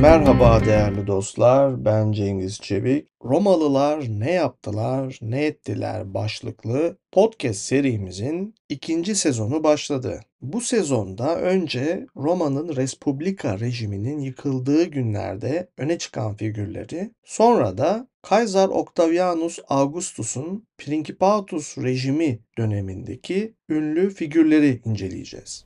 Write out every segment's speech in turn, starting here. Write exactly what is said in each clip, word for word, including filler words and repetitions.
Merhaba değerli dostlar, ben Cengiz Çevik. Romalılar ne yaptılar, ne ettiler başlıklı podcast serimizin ikinci sezonu başladı. Bu sezonda önce Roma'nın Respublika rejiminin yıkıldığı günlerde öne çıkan figürleri, sonra da Kaiser Octavianus Augustus'un Principatus rejimi dönemindeki ünlü figürleri inceleyeceğiz.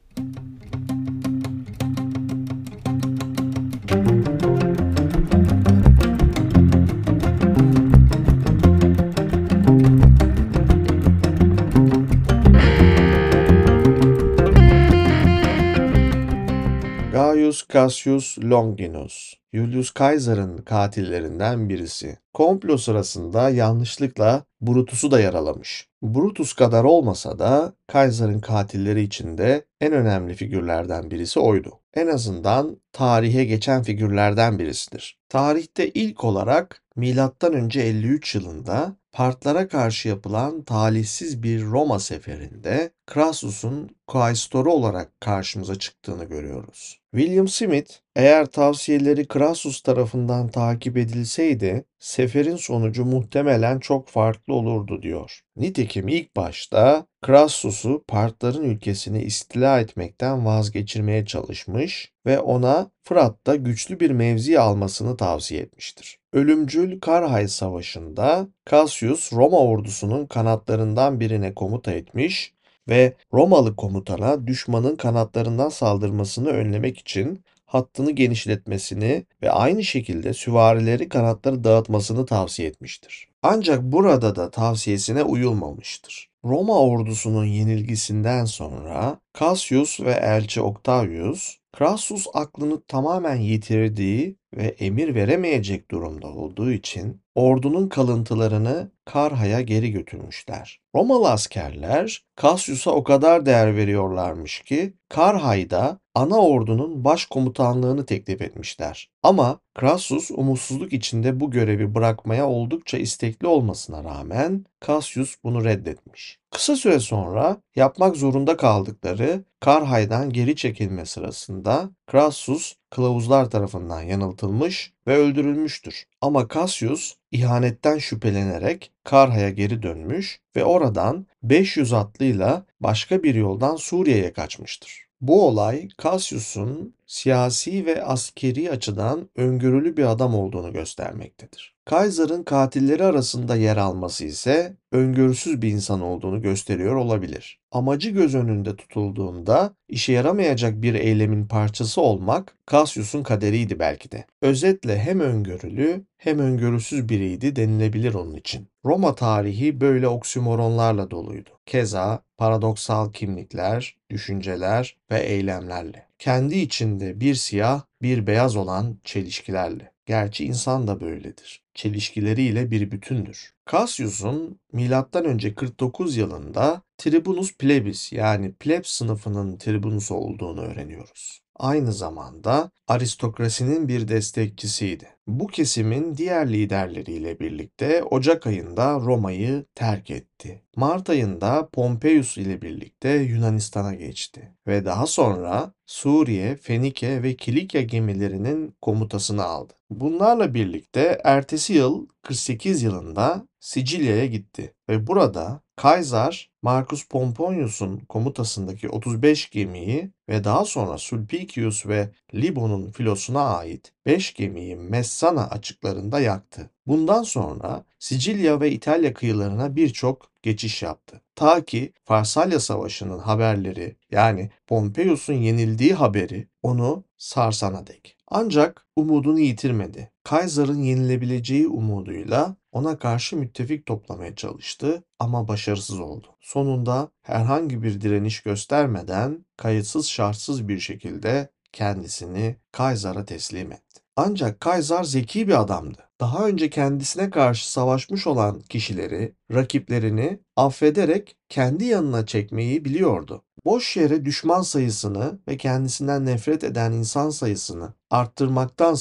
Gaius Cassius Longinus, Julius Caesar'ın katillerinden birisi. Komplo sırasında yanlışlıkla Brutus'u da yaralamış. Brutus kadar olmasa da Caesar'ın katilleri içinde en önemli figürlerden birisi oydu. En azından tarihe geçen figürlerden birisidir. Tarihte ilk olarak milattan önce elli üç yılında Partlara karşı yapılan talihsiz bir Roma seferinde Crassus'un Quaestor'u olarak karşımıza çıktığını görüyoruz. William Smith, eğer tavsiyeleri Crassus tarafından takip edilseydi, seferin sonucu muhtemelen çok farklı olurdu diyor. Nitekim ilk başta Crassus'u Partların ülkesini istila etmekten vazgeçirmeye çalışmış ve ona Fırat'ta güçlü bir mevzi almasını tavsiye etmiştir. Ölümcül Karhay Savaşı'nda Cassius Roma ordusunun kanatlarından birine komuta etmiş ve Romalı komutana düşmanın kanatlarından saldırmasını önlemek için hattını genişletmesini ve aynı şekilde süvarileri kanatları dağıtmasını tavsiye etmiştir. Ancak burada da tavsiyesine uyulmamıştır. Roma ordusunun yenilgisinden sonra Cassius ve elçi Octavius, Crassus aklını tamamen yitirdiği ve emir veremeyecek durumda olduğu için ordunun kalıntılarını Karha'ya geri götürmüşler. Romalı askerler Cassius'a o kadar değer veriyorlarmış ki Karhay'da ana ordunun başkomutanlığını teklif etmişler. Ama Crassus umutsuzluk içinde bu görevi bırakmaya oldukça istekli olmasına rağmen Cassius bunu reddetmiş. Kısa süre sonra yapmak zorunda kaldıkları Karhay'dan geri çekilme sırasında Crassus kılavuzlar tarafından yanıltılmış ve öldürülmüştür. Ama Cassius ihanetten şüphelenerek Karhay'a geri dönmüş ve oradan beş yüz atlıyla başka bir yoldan Suriye'ye kaçmıştır. Bu olay Cassius'un siyasi ve askeri açıdan öngörülü bir adam olduğunu göstermektedir. Kaiser'ın katilleri arasında yer alması ise öngörüsüz bir insan olduğunu gösteriyor olabilir. Amacı göz önünde tutulduğunda işe yaramayacak bir eylemin parçası olmak Cassius'un kaderiydi belki de. Özetle hem öngörülü hem öngörüsüz biriydi denilebilir onun için. Roma tarihi böyle oksimoronlarla doluydu. Keza paradoksal kimlikler, düşünceler ve eylemlerle. Kendi içinde bir siyah, bir beyaz olan çelişkilerle. Gerçi insan da böyledir. Çelişkileriyle bir bütündür. Cassius'un milattan önce kırk dokuz yılında Tribunus Plebis yani pleb sınıfının tribunusu olduğunu öğreniyoruz. Aynı zamanda aristokrasinin bir destekçisiydi. Bu kesimin diğer liderleriyle birlikte Ocak ayında Roma'yı terk etti. Mart ayında Pompeius ile birlikte Yunanistan'a geçti ve daha sonra Suriye, Fenike ve Kilikya gemilerinin komutasını aldı. Bunlarla birlikte ertesi yıl kırk sekiz yılında Sicilya'ya gitti ve burada Kaiser Marcus Pomponius'un komutasındaki otuz beş gemiyi ve daha sonra Sulpicius ve Libo'nun filosuna ait beş gemiyi Messana açıklarında yaktı. Bundan sonra Sicilya ve İtalya kıyılarına birçok geçiş yaptı. Ta ki Farsalya Savaşı'nın haberleri yani Pompeius'un yenildiği haberi onu sarsana dek. Ancak umudunu yitirmedi. Kaiser'ın yenilebileceği umuduyla ona karşı müttefik toplamaya çalıştı ama başarısız oldu. Sonunda herhangi bir direniş göstermeden kayıtsız şartsız bir şekilde kendisini Kaiser'a teslim etti. Ancak Kaiser zeki bir adamdı. Daha önce kendisine karşı savaşmış olan kişileri, rakiplerini affederek kendi yanına çekmeyi biliyordu. Boş yere düşman sayısını ve kendisinden nefret eden insan sayısını arttırmaktansa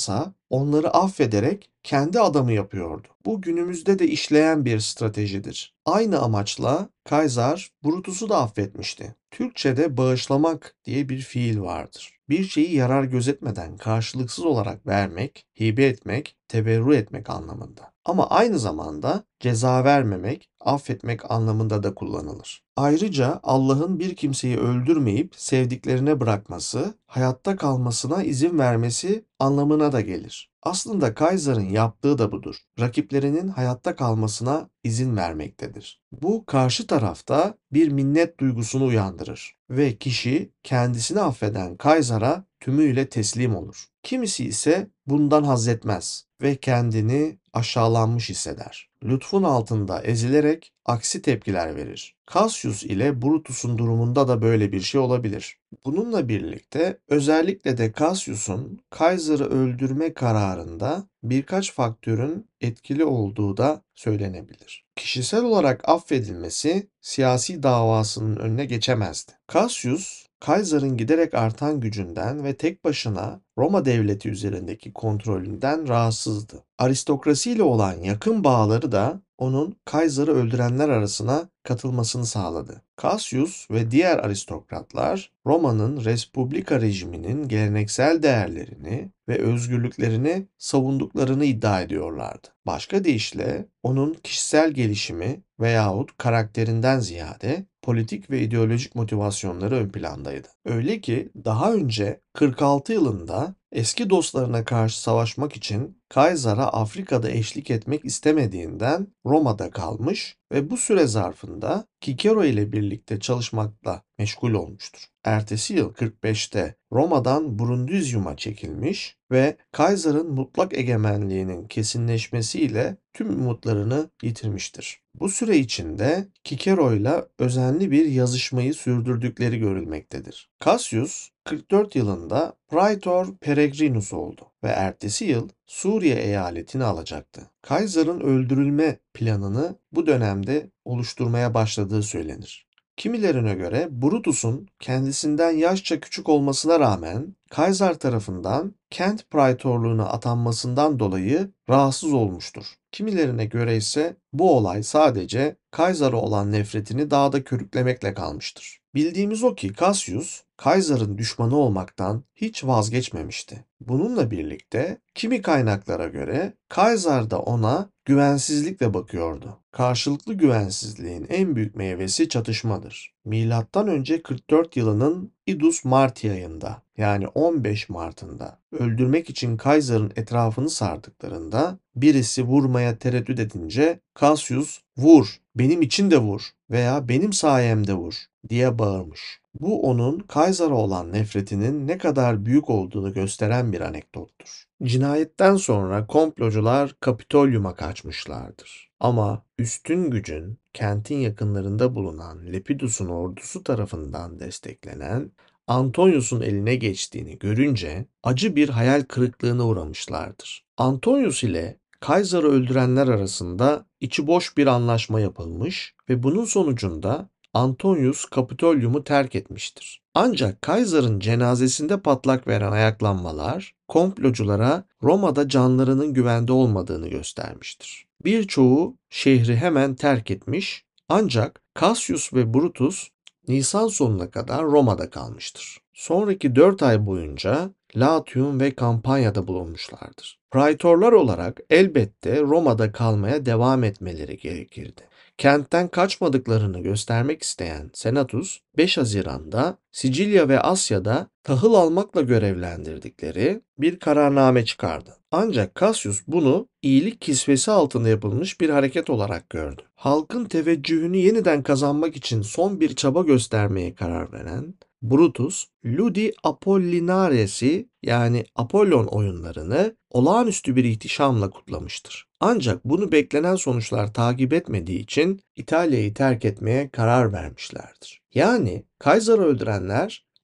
onları affederek kendi adamı yapıyordu. Bu günümüzde de işleyen bir stratejidir. Aynı amaçla Kaysar Brutus'u da affetmişti. Türkçe'de bağışlamak diye bir fiil vardır. Bir şeyi yarar gözetmeden karşılıksız olarak vermek, hibe etmek, teberru etmek anlamında. Ama aynı zamanda ceza vermemek, affetmek anlamında da kullanılır. Ayrıca Allah'ın bir kimseyi öldürmeyip sevdiklerine bırakması, hayatta kalmasına izin vermesi anlamına da gelir. Aslında Kaysar'ın yaptığı da budur. Rakiplerinin hayatta kalmasına izin vermektedir. Bu karşı tarafta bir minnet duygusunu uyandırır ve kişi kendisini affeden Kaysar'a tümüyle teslim olur. Kimisi ise bundan haz etmez ve kendini aşağılanmış hisseder. Lütfun altında ezilerek aksi tepkiler verir. Cassius ile Brutus'un durumunda da böyle bir şey olabilir. Bununla birlikte özellikle de Cassius'un Kaysar'ı öldürme kararında birkaç faktörün etkili olduğu da söylenebilir. Kişisel olarak affedilmesi siyasi davasının önüne geçemezdi. Cassius, Kaysar'ın giderek artan gücünden ve tek başına Roma devleti üzerindeki kontrolünden rahatsızdı. Aristokrasiyle olan yakın bağları da onun Kaysar'ı öldürenler arasına katılmasını sağladı. Cassius ve diğer aristokratlar Roma'nın Respublika rejiminin geleneksel değerlerini ve özgürlüklerini savunduklarını iddia ediyorlardı. Başka deyişle onun kişisel gelişimi veyahut karakterinden ziyade politik ve ideolojik motivasyonları ön plandaydı. Öyle ki daha önce kırk altı yılında eski dostlarına karşı savaşmak için Kaysar'a Afrika'da eşlik etmek istemediğinden Roma'da kalmış ve bu süre zarfında Cicero ile birlikte çalışmakla meşgul olmuştur. Ertesi yıl kırk beşte Roma'dan Brundusium'a çekilmiş ve Kaysar'ın mutlak egemenliğinin kesinleşmesiyle tüm umutlarını yitirmiştir. Bu süre içinde Cicero ile özenli bir yazışmayı sürdürdükleri görülmektedir. Cassius kırk dört yılında Praetor Peregrinus oldu ve ertesi yıl Suriye eyaletini alacaktı. Kaysar'ın öldürülme planını bu dönemde oluşturmaya başladığı söylenir. Kimilerine göre Brutus'un kendisinden yaşça küçük olmasına rağmen Kaysar tarafından Kent praetorluğuna atanmasından dolayı rahatsız olmuştur. Kimilerine göre ise bu olay sadece Kaysar'a olan nefretini daha da körüklemekle kalmıştır. Bildiğimiz o ki Cassius, Kaysar'ın düşmanı olmaktan hiç vazgeçmemişti. Bununla birlikte kimi kaynaklara göre Kaysar da ona güvensizlikle bakıyordu. Karşılıklı güvensizliğin en büyük meyvesi çatışmadır. Milattan önce kırk dört yılının Idus Marti ayında yani on beş Mart'ında öldürmek için Kaysar'ın etrafını sardıklarında birisi vurmaya tereddüt edince Cassius "Vur, benim için de vur veya benim sayemde vur" diye bağırmış. Bu onun Kaysar'a olan nefretinin ne kadar büyük olduğunu gösteren bir anekdottur. Cinayetten sonra komplocular Kapitolyum'a kaçmışlardır. Ama üstün gücün kentin yakınlarında bulunan Lepidus'un ordusu tarafından desteklenen Antonius'un eline geçtiğini görünce acı bir hayal kırıklığına uğramışlardır. Antonius ile Kaysar'ı öldürenler arasında içi boş bir anlaşma yapılmış ve bunun sonucunda Antonius Kapitolyum'u terk etmiştir. Ancak Kaysar'ın cenazesinde patlak veren ayaklanmalar komploculara Roma'da canlarının güvende olmadığını göstermiştir. Birçoğu şehri hemen terk etmiş ancak Cassius ve Brutus Nisan sonuna kadar Roma'da kalmıştır. Sonraki dört ay boyunca Latium ve Kampanya'da bulunmuşlardır. Praetorlar olarak elbette Roma'da kalmaya devam etmeleri gerekirdi. Kentten kaçmadıklarını göstermek isteyen Senatus, beş Haziran'da Sicilya ve Asya'da tahıl almakla görevlendirdikleri bir kararname çıkardı. Ancak Cassius bunu iyilik kisvesi altında yapılmış bir hareket olarak gördü. Halkın teveccühünü yeniden kazanmak için son bir çaba göstermeye karar veren Brutus, Ludi Apollinares'i yani Apollon oyunlarını olağanüstü bir ihtişamla kutlamıştır. Ancak bunu beklenen sonuçlar takip etmediği için İtalya'yı terk etmeye karar vermişlerdir. Yani Kaysar'ı öldürenler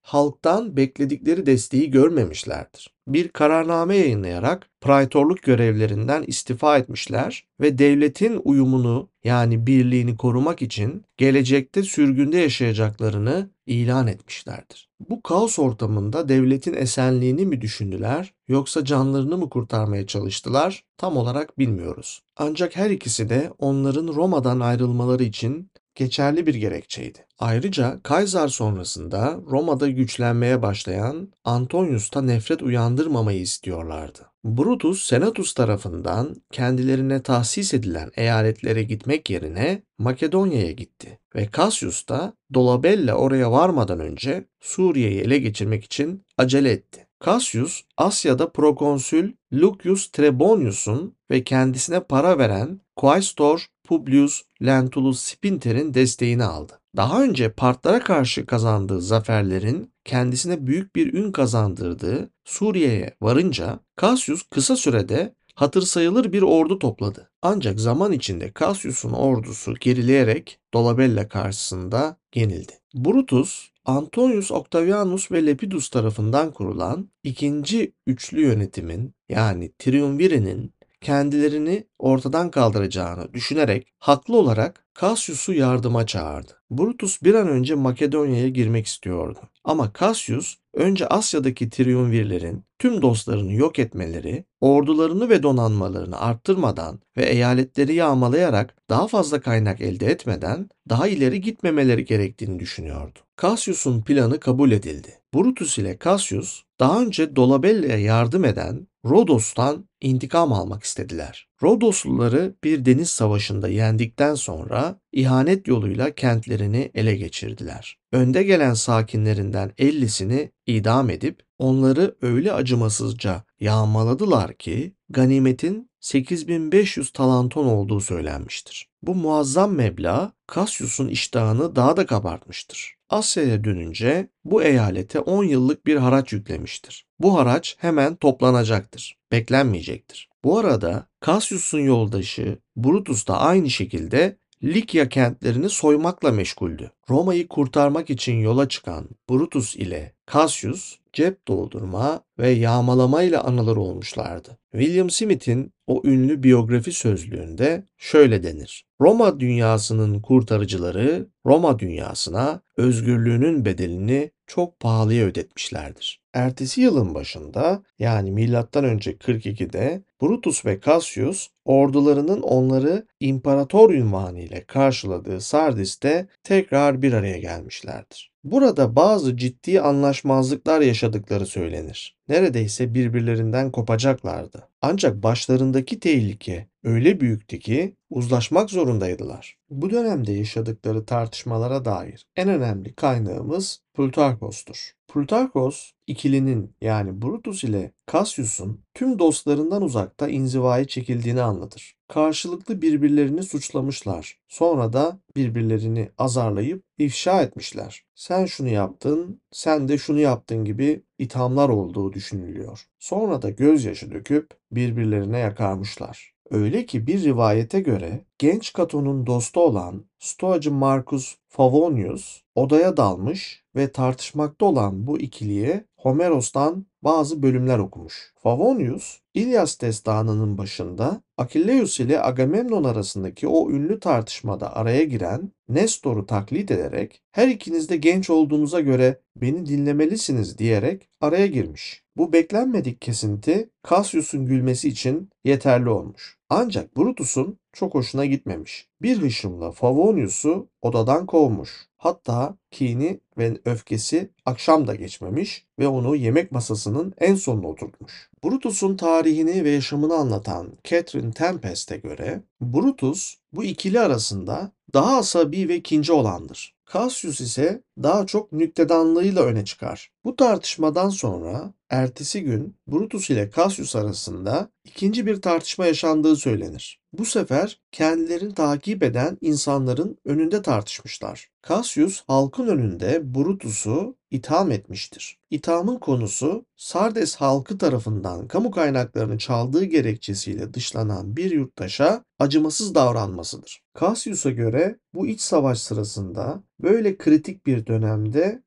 halktan bekledikleri desteği görmemişlerdir. Bir kararname yayınlayarak praetorluk görevlerinden istifa etmişler ve devletin uyumunu yani birliğini korumak için gelecekte sürgünde yaşayacaklarını ilan etmişlerdir. Bu kaos ortamında devletin esenliğini mi düşündüler yoksa canlarını mı kurtarmaya çalıştılar tam olarak bilmiyoruz. Ancak her ikisi de onların Roma'dan ayrılmaları için geçerli bir gerekçeydi. Ayrıca Kaysar sonrasında Roma'da güçlenmeye başlayan Antonius'ta nefret uyandırmamayı istiyorlardı. Brutus, Senatus tarafından kendilerine tahsis edilen eyaletlere gitmek yerine Makedonya'ya gitti ve Cassius da Dolabella oraya varmadan önce Suriye'yi ele geçirmek için acele etti. Cassius, Asya'da prokonsül Lucius Trebonius'un ve kendisine para veren Quaestor Publius Lentulus Spinter'in desteğini aldı. Daha önce Partlara karşı kazandığı zaferlerin kendisine büyük bir ün kazandırdığı Suriye'ye varınca Cassius kısa sürede hatır sayılır bir ordu topladı. Ancak zaman içinde Cassius'un ordusu gerileyerek Dolabella karşısında yenildi. Brutus, Antonius Octavianus ve Lepidus tarafından kurulan ikinci üçlü yönetimin yani Triumvire'nin kendilerini ortadan kaldıracağını düşünerek haklı olarak Cassius'u yardıma çağırdı. Brutus bir an önce Makedonya'ya girmek istiyordu. Ama Cassius önce Asya'daki Triumvirlerin tüm dostlarını yok etmeleri, ordularını ve donanmalarını arttırmadan ve eyaletleri yağmalayarak daha fazla kaynak elde etmeden daha ileri gitmemeleri gerektiğini düşünüyordu. Cassius'un planı kabul edildi. Brutus ile Cassius daha önce Dolabella'ya yardım eden Rodos'tan intikam almak istediler. Rodosluları bir deniz savaşında yendikten sonra ihanet yoluyla kentlerini ele geçirdiler. Önde gelen sakinlerinden ellisini idam edip onları öyle acımasızca yağmaladılar ki ganimetin sekiz bin beş yüz talanton olduğu söylenmiştir. Bu muazzam meblağ Cassius'un iştahını daha da kabartmıştır. Asya'ya dönünce bu eyalete on yıllık bir haraç yüklemiştir. Bu haraç hemen toplanacaktır, beklenmeyecektir. Bu arada Cassius'un yoldaşı Brutus da aynı şekilde Likya kentlerini soymakla meşguldü. Roma'yı kurtarmak için yola çıkan Brutus ile Cassius cep doldurma ve yağmalama ile anılır olmuşlardı. William Smith'in o ünlü biyografi sözlüğünde şöyle denir: Roma dünyasının kurtarıcıları Roma dünyasına özgürlüğünün bedelini çok pahalıya ödetmişlerdir. Ertesi yılın başında yani milattan önce kırk ikide Brutus ve Cassius ordularının onları imparator ünvanı ile karşıladığı Sardis'te tekrar bir araya gelmişlerdir. Burada bazı ciddi anlaşmazlıklar yaşadıkları söylenir. Neredeyse birbirlerinden kopacaklardı. Ancak başlarındaki tehlike öyle büyüktü ki uzlaşmak zorundaydılar. Bu dönemde yaşadıkları tartışmalara dair en önemli kaynağımız Plutarkos'tur. Plutarkos, ikilinin yani Brutus ile Cassius'un tüm dostlarından uzakta inzivaya çekildiğini anlatır. Karşılıklı birbirlerini suçlamışlar. Sonra da birbirlerini azarlayıp ifşa etmişler. Sen şunu yaptın, sen de şunu yaptın gibi ithamlar olduğu düşünülüyor. Sonra da gözyaşı döküp birbirlerine yakarmışlar. Öyle ki bir rivayete göre genç Caton'un dostu olan Stoacı Marcus Favonius odaya dalmış ve tartışmakta olan bu ikiliye Homeros'tan bazı bölümler okumuş. Favonius, İlyas destanının başında Achilleus ile Agamemnon arasındaki o ünlü tartışmada araya giren Nestor'u taklit ederek her ikiniz de genç olduğunuza göre beni dinlemelisiniz diyerek araya girmiş. Bu beklenmedik kesinti Cassius'un gülmesi için yeterli olmuş. Ancak Brutus'un çok hoşuna gitmemiş. Bir hışımla Favonius'u odadan kovmuş. Hatta kini ve öfkesi akşam da geçmemiş ve onu yemek masasının en sonuna oturtmuş. Brutus'un tarihini ve yaşamını anlatan Catherine Tempest'e göre Brutus bu ikili arasında daha asabi ve kinci olandır. Cassius ise daha çok nüktedanlığıyla öne çıkar. Bu tartışmadan sonra ertesi gün Brutus ile Cassius arasında ikinci bir tartışma yaşandığı söylenir. Bu sefer kendilerini takip eden insanların önünde tartışmışlar. Cassius halkın önünde Brutus'u itham etmiştir. İthamın konusu Sardes halkı tarafından kamu kaynaklarını çaldığı gerekçesiyle dışlanan bir yurttaşa acımasız davranmasıdır. Cassius'a göre bu iç savaş sırasında böyle kritik bir dönemde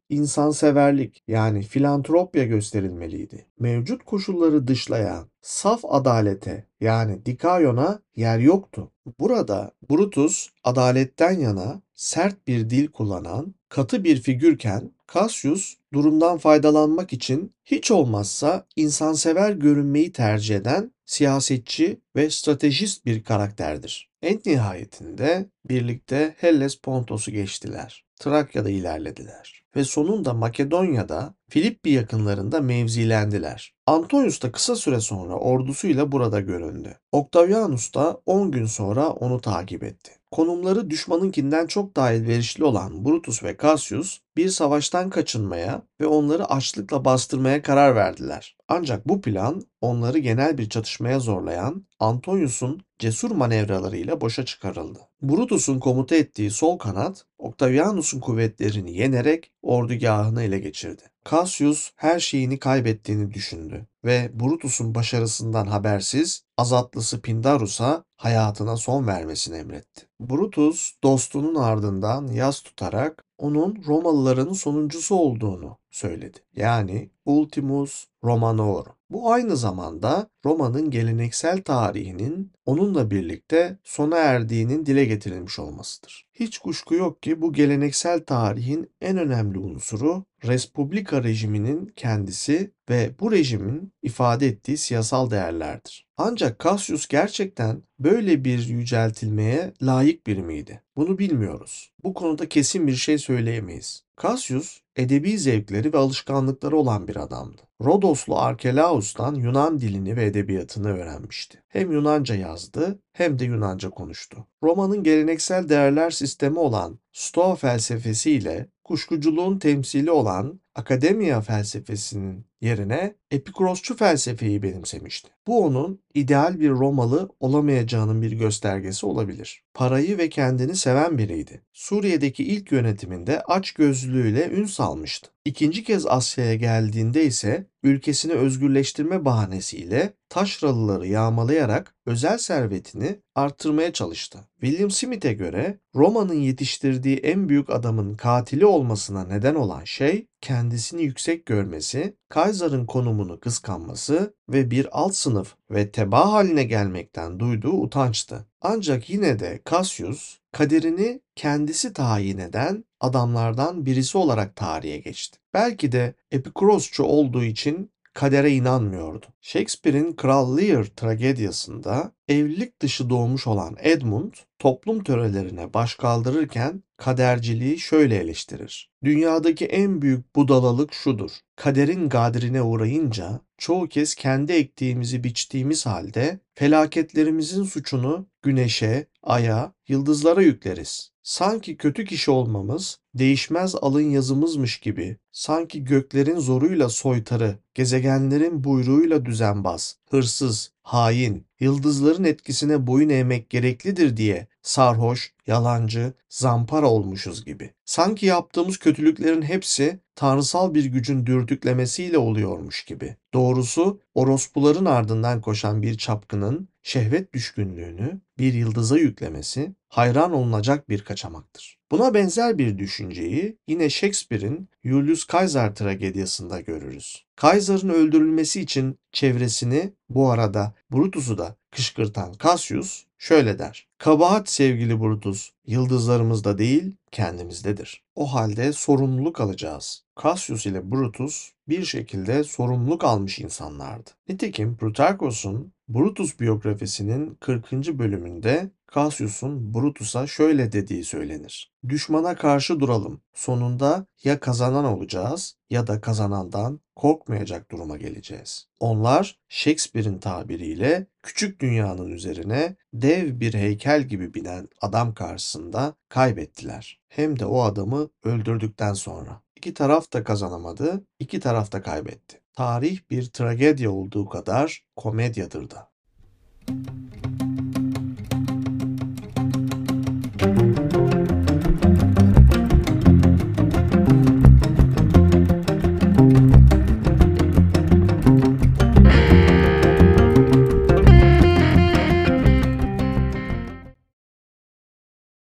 insanseverlik yani filantropya gösterilmeliydi. Mevcut koşulları dışlayan saf adalete yani dikaiona yer yoktu. Burada Brutus adaletten yana sert bir dil kullanan katı bir figürken Cassius durumdan faydalanmak için hiç olmazsa insansever görünmeyi tercih eden siyasetçi ve stratejist bir karakterdir. En nihayetinde birlikte Helles Pontos'u geçtiler. Trakya'da ilerlediler ve sonunda Makedonya'da Filippi yakınlarında mevzilendiler. Antonius da kısa süre sonra ordusuyla burada göründü. Octavianus da on gün sonra onu takip etti. Konumları düşmanınkinden çok daha elverişli olan Brutus ve Cassius bir savaştan kaçınmaya ve onları açlıkla bastırmaya karar verdiler. Ancak bu plan onları genel bir çatışmaya zorlayan Antonius'un cesur manevralarıyla boşa çıkarıldı. Brutus'un komuta ettiği sol kanat Octavianus'un kuvvetlerini yenerek ordugahını ele geçirdi. Cassius her şeyini kaybettiğini düşündü ve Brutus'un başarısından habersiz azatlısı Pindarus'a hayatına son vermesini emretti. Brutus dostunun ardından yas tutarak onun Romalıların sonuncusu olduğunu söyledi. Yani Ultimus Romanorum. Bu aynı zamanda Roma'nın geleneksel tarihinin onunla birlikte sona erdiğinin dile getirilmiş olmasıdır. Hiç kuşku yok ki bu geleneksel tarihin en önemli unsuru Respublika rejiminin kendisi ve bu rejimin ifade ettiği siyasal değerlerdir. Ancak Cassius gerçekten böyle bir yüceltilmeye layık biri miydi? Bunu bilmiyoruz. Bu konuda kesin bir şey söyleyemeyiz. Cassius, edebi zevkleri ve alışkanlıkları olan bir adamdı. Rodoslu Arkelaus'tan Yunan dilini ve edebiyatını öğrenmişti. Hem Yunanca yazdı hem de Yunanca konuştu. Roma'nın geleneksel değerler sistemi olan Stoa felsefesi ile kuşkuculuğun temsili olan Akademia felsefesinin yerine Epikurosçu felsefeyi benimsemişti. Bu onun ideal bir Romalı olamayacağının bir göstergesi olabilir. Parayı ve kendini seven biriydi. Suriye'deki ilk yönetiminde açgözlülüğüyle ün salmıştı. İkinci kez Asya'ya geldiğinde ise ülkesini özgürleştirme bahanesiyle taşralıları yağmalayarak özel servetini arttırmaya çalıştı. William Smith'e göre Roma'nın yetiştirdiği en büyük adamın katili olmasına neden olan şey kendisini yüksek görmesi, Kaysar'ın konumunu kıskanması ve bir alt sınıf ve tebaa haline gelmekten duyduğu utançtı. Ancak yine de Cassius kaderini kendisi tayin eden adamlardan birisi olarak tarihe geçti. Belki de Epikurosçu olduğu için kadere inanmıyordu. Shakespeare'in Kral Lear tragediyasında evlilik dışı doğmuş olan Edmund toplum törelerine baş kaldırırken kaderciliği şöyle eleştirir. Dünyadaki en büyük budalalık şudur. Kaderin gadirine uğrayınca çoğu kez kendi ektiğimizi biçtiğimiz halde felaketlerimizin suçunu güneşe, aya, yıldızlara yükleriz. Sanki kötü kişi olmamız değişmez alın yazımızmış gibi, sanki göklerin zoruyla soytarı, gezegenlerin buyruğuyla düzenbaz, hırsız, hain, yıldızların etkisine boyun eğmek gereklidir diye sarhoş, yalancı, zampara olmuşuz gibi. Sanki yaptığımız kötülüklerin hepsi tanrısal bir gücün dürtüklemesiyle oluyormuş gibi. Doğrusu orospuların ardından koşan bir çapkının şehvet düşkünlüğünü bir yıldıza yüklemesi hayran olunacak bir kaçamaktır. Buna benzer bir düşünceyi yine Shakespeare'in Julius Caesar tragediyasında görürüz. Caesar'ın öldürülmesi için çevresini, bu arada Brutus'u da kışkırtan Cassius şöyle der. Kabahat sevgili Brutus, yıldızlarımızda değil kendimizdedir. O halde sorumluluk alacağız. Cassius ile Brutus bir şekilde sorumluluk almış insanlardı. Nitekim Plutarkos'un Brutus biyografisinin kırkıncı bölümünde Cassius'un Brutus'a şöyle dediği söylenir. Düşmana karşı duralım. Sonunda ya kazanan olacağız ya da kazanandan korkmayacak duruma geleceğiz. Onlar Shakespeare'in tabiriyle küçük dünyanın üzerine dev bir heykel gibi binen adam karşısında kaybettiler. Hem de o adamı öldürdükten sonra. İki taraf da kazanamadı, iki taraf da kaybetti. Tarih bir tragedya olduğu kadar komedyadır da.